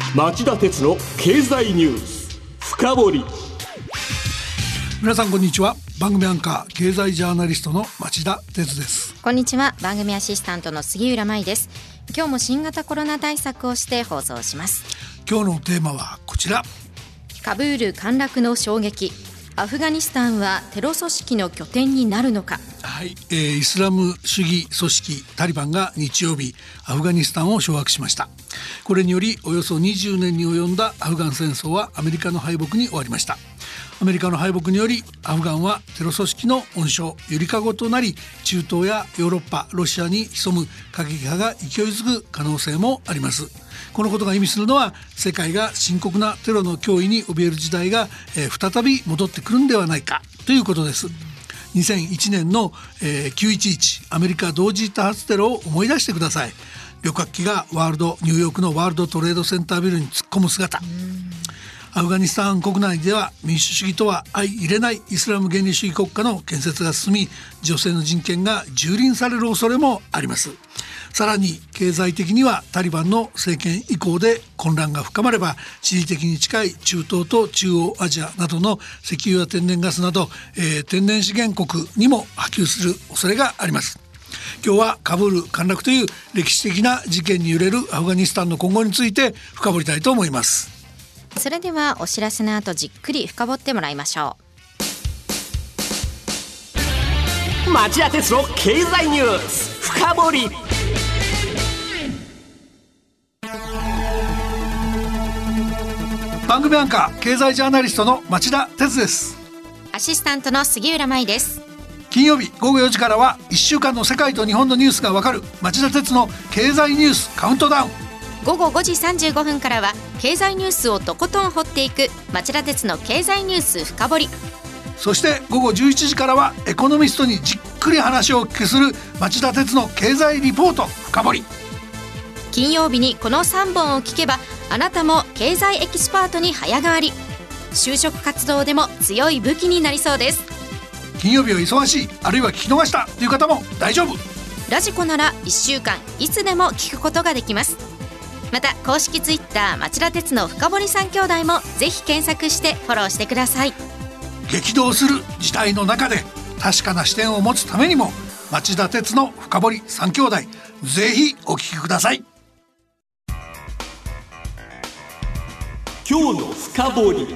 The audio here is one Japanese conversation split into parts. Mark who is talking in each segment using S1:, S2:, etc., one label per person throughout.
S1: 町田鉄の経済ニュース深掘り。
S2: 皆さんこんにちは。番組アンカー経済ジャーナリストの町田鉄です。
S3: こんにちは。番組アシスタントの杉浦舞です。今日も新型コロナ対策をして放送します。
S2: 今日のテーマはこちら。
S3: カブール陥落の衝撃、アフガニスタンはテロ組織の拠点になるのか。
S2: はい、イスラム主義組織タリバンが日曜日アフガニスタンを掌握しました。これによりおよそ20年に及んだアフガン戦争はアメリカの敗北に終わりました。アメリカの敗北によりアフガンはテロ組織の温床ゆりかごとなり、中東やヨーロッパ、ロシアに潜む過激派が勢いづく可能性もあります。このことが意味するのは、世界が深刻なテロの脅威に怯える時代が、再び戻ってくるんではないかということです。2001年の、911アメリカ同時多発テロを思い出してください。旅客機がニューヨークのワールドトレードセンタービルに突っ込む姿。アフガニスタン国内では民主主義とは相入れないイスラム原理主義国家の建設が進み、女性の人権が蹂躙される恐れもあります。さらに経済的にはタリバンの政権以降で混乱が深まれば、地理的に近い中東と中央アジアなどの石油や天然ガスなど、天然資源国にも波及する恐れがあります。今日はカブール陥落という歴史的な事件に揺れるアフガニスタンの今後について深掘りたいと思います。
S3: それではお知らせの後じっくり深掘ってもらいましょ
S1: う。町田鉄の経済ニュース深掘り。
S2: 番組アンカー経済ジャーナリストの町田鉄です。
S3: アシスタントの杉浦舞です。
S2: 金曜日午後4時からは1週間の世界と日本のニュースがわかる町田鉄の経済ニュースカウントダウン。
S3: 午後5時35分からは経済ニュースをとことん掘っていく町田鉄の経済ニュース深掘り。
S2: そして午後11時からはエコノミストにじっくり話をお聞きする町田鉄の経済リポート深掘り。
S3: 金曜日にこの3本を聞けばあなたも経済エキスパートに早変わり。就職活動でも強い武器になりそうです。
S2: 金曜日は忙しい、あるいは聞き逃したという方も大丈夫。
S3: ラジコなら1週間いつでも聞くことができます。また公式ツイッター町田鉄の深堀三兄弟もぜひ検索してフォローしてください。
S2: 激動する時代の中で確かな視点を持つためにも町田鉄の深堀三兄弟ぜひお聞きください。
S1: 今日の深掘り。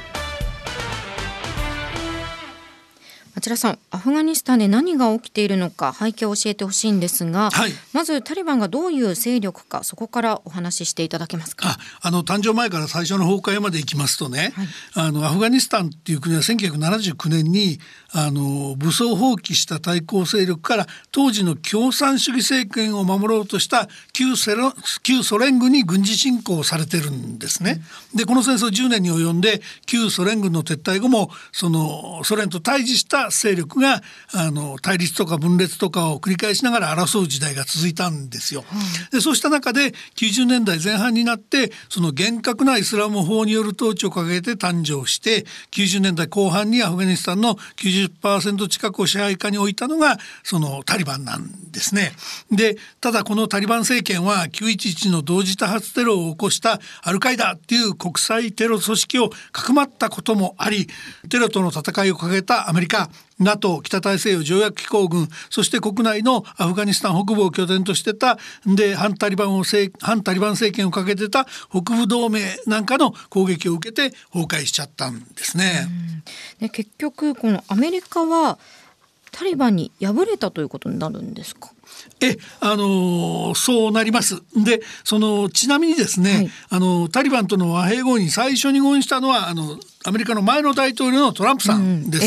S3: 町田さん、アフガニスタンで何が起きているのか背景を教えてほしいんですが、
S2: はい、
S3: まずタリバンがどういう勢力か、そこからお話ししていただけますか。
S2: 誕生前から最初の崩壊までいきますとね、はい、アフガニスタンっていう国は1979年に武装蜂起した対抗勢力から当時の共産主義政権を守ろうとした旧ソ連軍に軍事侵攻されてるんですね。でこの戦争10年に及んで旧ソ連軍の撤退後もそのソ連と対峙した勢力が対立とか分裂とかを繰り返しながら争う時代が続いたんですよ。でそうした中で90年代前半になってその厳格なイスラム法による統治を掲げて誕生して、90年代後半にアフガニスタンの90% 近くを支配下に置いたのがそのタリバンなんですね。でただこのタリバン政権は911の同時多発テロを起こしたアルカイダっていう国際テロ組織をかくまったこともあり、テロとの戦いを掲げたアメリカ、NATO 北大西洋条約機構軍、そして国内のアフガニスタン北部を拠点としてたで反タリバン政権をかけてた北部同盟なんかの攻撃を受けて崩壊しちゃったんですね。
S3: で結局このアメリカはタリバンに敗れたということになるんですか。
S2: そうなります。でちなみにですね、はい、タリバンとの和平合意に最初に合意したのはアメリカの前の大統領のトランプさんです、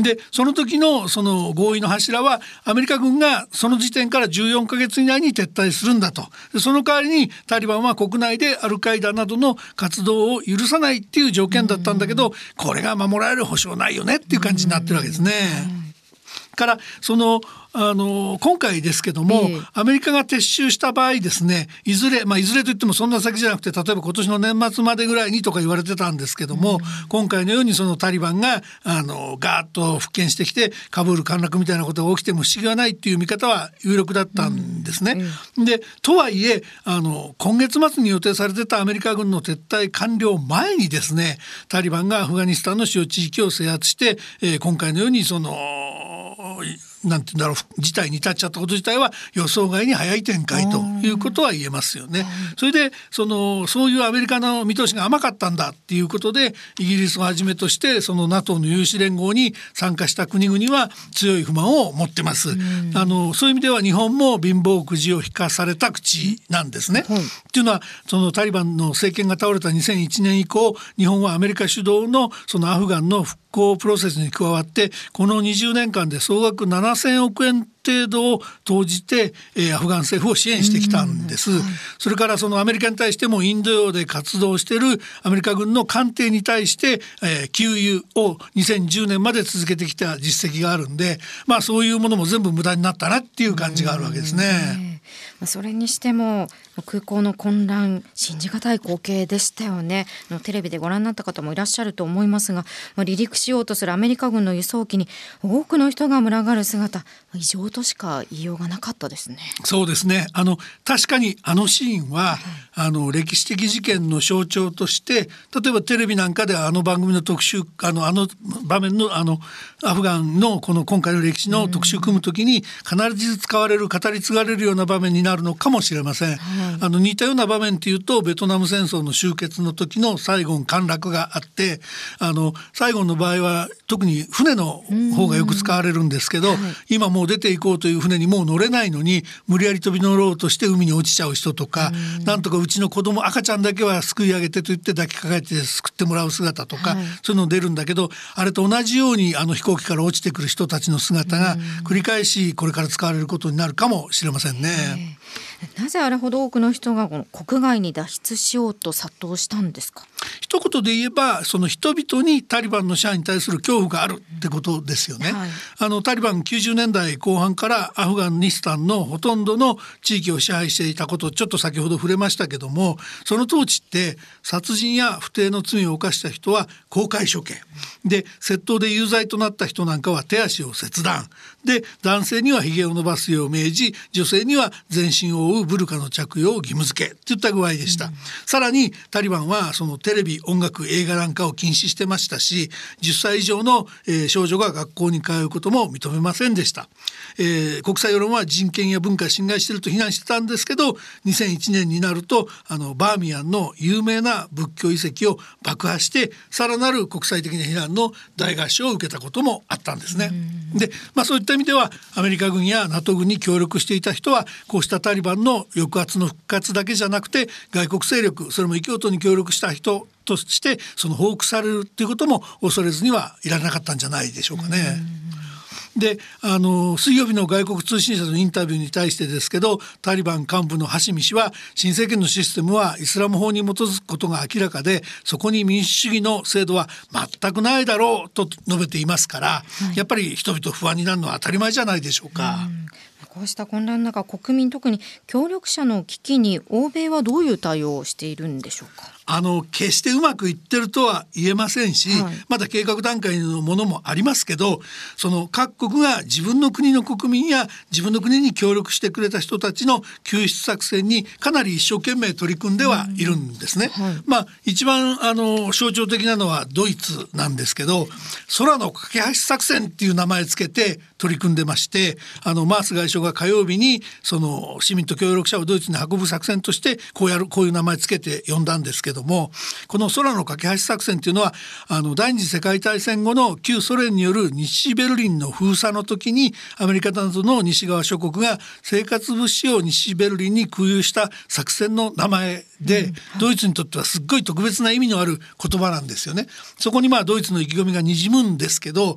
S2: でその時のその合意の柱はアメリカ軍がその時点から14ヶ月以内に撤退するんだと。でその代わりにタリバンは国内でアルカイダなどの活動を許さないっていう条件だったんだけど、これが守られる保証ないよねっていう感じになってるわけですね。 から今回ですけども、アメリカが撤収した場合ですね、いずれといってもそんな先じゃなくて、例えば今年の年末までぐらいにとか言われてたんですけども、今回のようにそのタリバンがガーッと復権してきてカブール陥落みたいなことが起きても不思議はないっていう見方は有力だったんですね。でとはいえ今月末に予定されてたアメリカ軍の撤退完了前にですね、タリバンがアフガニスタンの主要地域を制圧して、今回のようになんて言うんだろう、事態に至っちゃったこと自体は予想外に早い展開ということは言えますよね。それでそういうアメリカの見通しが甘かったんだっていうことで、イギリスをはじめとしてその NATO の有志連合に参加した国々は強い不満を持ってます。そういう意味では日本も貧乏くじを引かされた口なんですね。っていうのはそのタリバンの政権が倒れた2001年以降、日本はアメリカ主導のそのアフガンの復興プロセスに加わって、この20年間で総額7000億円程度を投じて、アフガン政府を支援してきたんです。それからそのアメリカに対してもインド洋で活動しているアメリカ軍の艦艇に対して、給油を2010年まで続けてきた実績があるんで、そういうものも全部無駄になったなっていう感じがあるわけですね。
S3: それにしても空港の混乱、信じがたい光景でしたよね。テレビでご覧になった方もいらっしゃると思いますが、離陸しようとするアメリカ軍の輸送機に多くの人が群がる姿、異常としか言いようがなかったですね。
S2: そうですね。確かにシーンは、歴史的事件の象徴として、例えばテレビなんかで番組の特集場面のアフガンの今回の歴史の特集組むときに必ず使われる、語り継がれるような場面になるのかもしれません。似たような場面というと、ベトナム戦争の終結の時のサイゴン陥落があって、サイゴンの場合は特に船の方がよく使われるんですけど、今もう出ていこうという船にもう乗れないのに無理やり飛び乗ろうとして海に落ちちゃう人とか、なんとかうちの子供赤ちゃんだけはすくい上げてと言って抱きかかえて救ってもらう姿とか、そういうの出るんだけど、あれと同じように飛行機から落ちてくる人たちの姿が繰り返しこれから使われることになるかもしれませんね。
S3: なぜあれほど多くの人がこの国外に脱出しようと殺到したんですか？
S2: 一言で言えば、その人々にタリバンの支配に対する恐怖があるってことですよね。タリバン90年代後半からアフガニスタンのほとんどの地域を支配していたこと、ちょっと先ほど触れましたけども、その統治って殺人や不貞の罪を犯した人は公開処刑で、窃盗で有罪となった人なんかは手足を切断で、男性には髭を伸ばすよう命じ、女性には全身を覆うブルカの着用を義務付けといった具合でした。さらにタリバンはそのテレビ、音楽、映画なんかを禁止してましたし、10歳以上の、少女が学校に通うことも認めませんでした。国際世論は人権や文化を侵害していると非難してたんですけど、2001年になるとバーミヤンの有名な仏教遺跡を爆破して、さらなる国際的な非難の大合唱を受けたこともあったんですね。で、そういった意味ではアメリカ軍や NATO 軍に協力していた人は、こうしたタリバンの抑圧の復活だけじゃなくて、外国勢力、それも異教徒に協力した人として報復されるということも恐れずにはいられなかったんじゃないでしょうかね。で水曜日の外国通信社のインタビューに対してですけど、タリバン幹部のハシミ氏は、新政権のシステムはイスラム法に基づくことが明らかで、そこに民主主義の制度は全くないだろうと述べていますから、やっぱり人々不安になるのは当たり前じゃないでしょうか。
S3: こうした混乱の中、国民、特に協力者の危機に欧米はどういう対応をしているんでしょうか？
S2: 決してうまくいってるとは言えませんし、まだ計画段階のものもありますけど、その各国が自分の国の国民や自分の国に協力してくれた人たちの救出作戦にかなり一生懸命取り組んではいるんですね。一番象徴的なのはドイツなんですけど、空の架け橋作戦っていう名前つけて取り組んでまして、マース外相が火曜日にその市民と協力者をドイツに運ぶ作戦としてこういう名前つけて呼んだんですけども、この空の架け橋作戦というのは第二次世界大戦後の旧ソ連による西ベルリンの封鎖の時に、アメリカなどの西側諸国が生活物資を西ベルリンに空輸した作戦の名前で、ドイツにとってはすっごい特別な意味のある言葉なんですよね。そこにドイツの意気込みがにじむんですけど、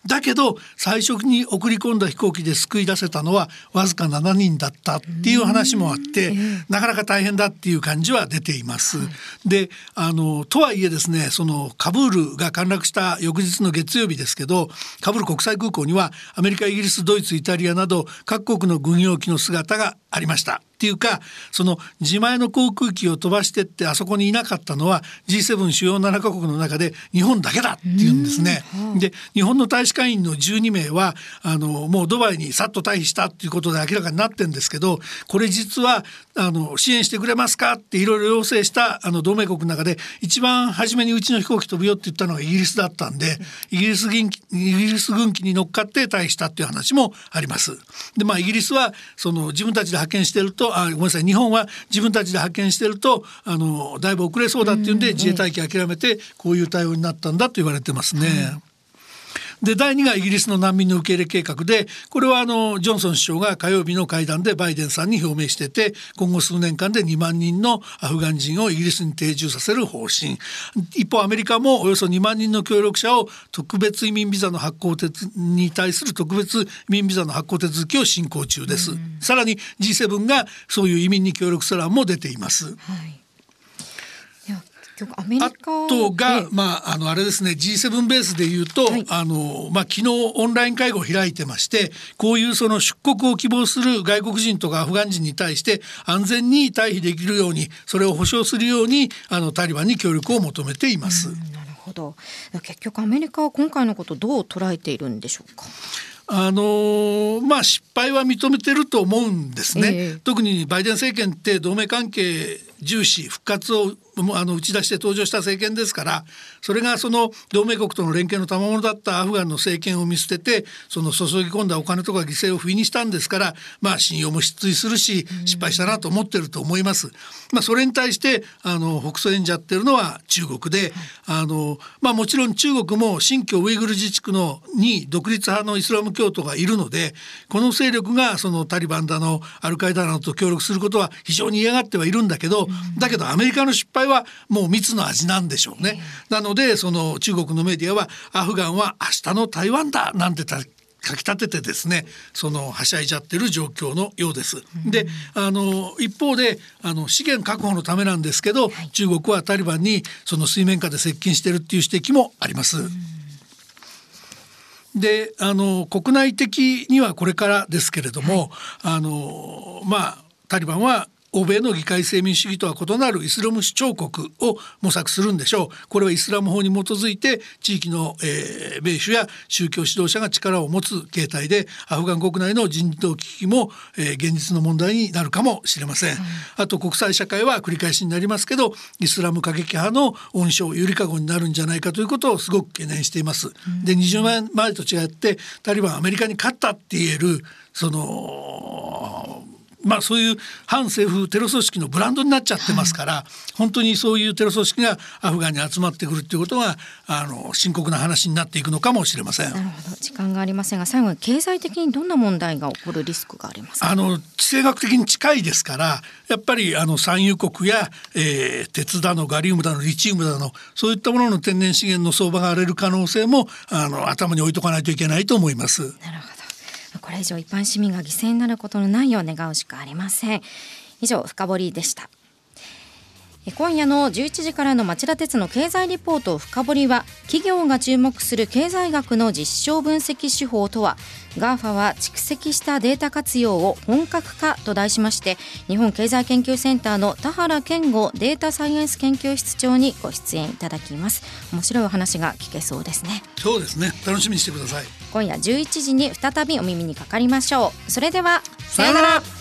S2: だけど最初に送り込んだ飛行機で救い出せたのはわずか7人だったっていう話もあって、なかなか大変だっていう感じは出ています。でとはいえですね、そのカブールが陥落した翌日の月曜日ですけど、カブール国際空港にはアメリカ、イギリス、ドイツ、イタリアなど各国の軍用機の姿がありました。っていうか、その自前の航空機を飛ばしてってあそこにいなかったのは G7 主要7カ国の中で日本だけだっていうんですね。で、日本の大使館員の12名はもうドバイにさっと退避したっていうことで明らかになってるんですけど、これ実は支援してくれますかっていろいろ要請した同盟国の中で一番初めにうちの飛行機飛ぶよって言ったのがイギリスだったんで、イギリス軍機に乗っかって退避したっていう話もあります。で、イギリスはその自分たちで派遣してるとごめんなさい、日本は自分たちで派遣してるとだいぶ遅れそうだっていうんで自衛隊機諦めてこういう対応になったんだと言われてますね。で、第2がイギリスの難民の受け入れ計画で、これはジョンソン首相が火曜日の会談でバイデンさんに表明してて、今後数年間で2万人のアフガン人をイギリスに定住させる方針。一方アメリカもおよそ2万人の協力者を特別移民ビザの発行に対する特別移民ビザの発行手続きを進行中です。さらに G7 がそういう移民に協力する案も出ています。
S3: アメリカ
S2: あとが、あれですね、 G7 ベースでいうと、昨日オンライン会合を開いてまして、こういうその出国を希望する外国人とかアフガン人に対して安全に退避できるように、それを保障するようにタリバンに協力を求めています。
S3: なるほど。結局アメリカは今回のことをどう捉えているんでしょうか。
S2: 失敗は認めてると思うんですね。特にバイデン政権って同盟関係重視復活を打ち出して登場した政権ですから、それがその同盟国との連携の賜物だったアフガンの政権を見捨てて、その注ぎ込んだお金とか犠牲を不意にしたんですから、信用も失墜するし失敗したなと思ってると思います。それに対して北総演じゃってるのは中国で、もちろん中国も新疆ウイグル自治区に独立派のイスラム教徒がいるので、この勢力がそのタリバンだのアルカイダなどと協力することは非常に嫌がってはいるんだけど、だけどアメリカの失敗はもう蜜の味なんでしょうね。なのでその中国のメディアはアフガンは明日の台湾だなんて書き立ててですね、そのはしゃいじゃってる状況のようです。で、一方で資源確保のためなんですけど、中国はタリバンにその水面下で接近してるっていう指摘もあります。で、国内的にはこれからですけれども、タリバンは欧米の議会制民主主義とは異なるイスラム首長国を模索するんでしょう。これはイスラム法に基づいて地域の、米主や宗教指導者が力を持つ形態で、アフガン国内の人道危機も、現実の問題になるかもしれません。あと国際社会は繰り返しになりますけど、イスラム過激派の温床ゆりかごになるんじゃないかということをすごく懸念しています。で、20年前と違ってタリバンアメリカに勝ったって言えるそういう反政府テロ組織のブランドになっちゃってますから、本当にそういうテロ組織がアフガンに集まってくるということが深刻な話になっていくのかもしれません。
S3: なるほど、時間がありませんが、最後に経済的にどんな問題が起こるリスクがありますか。
S2: 地政学的に近いですから、やっぱり産油国や、鉄だのガリウムだのリチウムだの、そういったものの天然資源の相場が荒れる可能性も頭に置いとかないといけないと思います。
S3: なるほど。これ以上一般市民が犠牲になることのないよう願うしかありません。以上、深掘りでした。今夜の11時からの町田鉄の経済リポート深掘りは、企業が注目する経済学の実証分析手法とは、GAFA は蓄積したデータ活用を本格化と題しまして、日本経済研究センターの田原健吾データサイエンス研究室長にご出演いただきます。面白いお話が聞けそうですね。
S2: そうですね、楽しみにしてください。
S3: 今夜11時に再びお耳にかかりましょう。それではさよなら。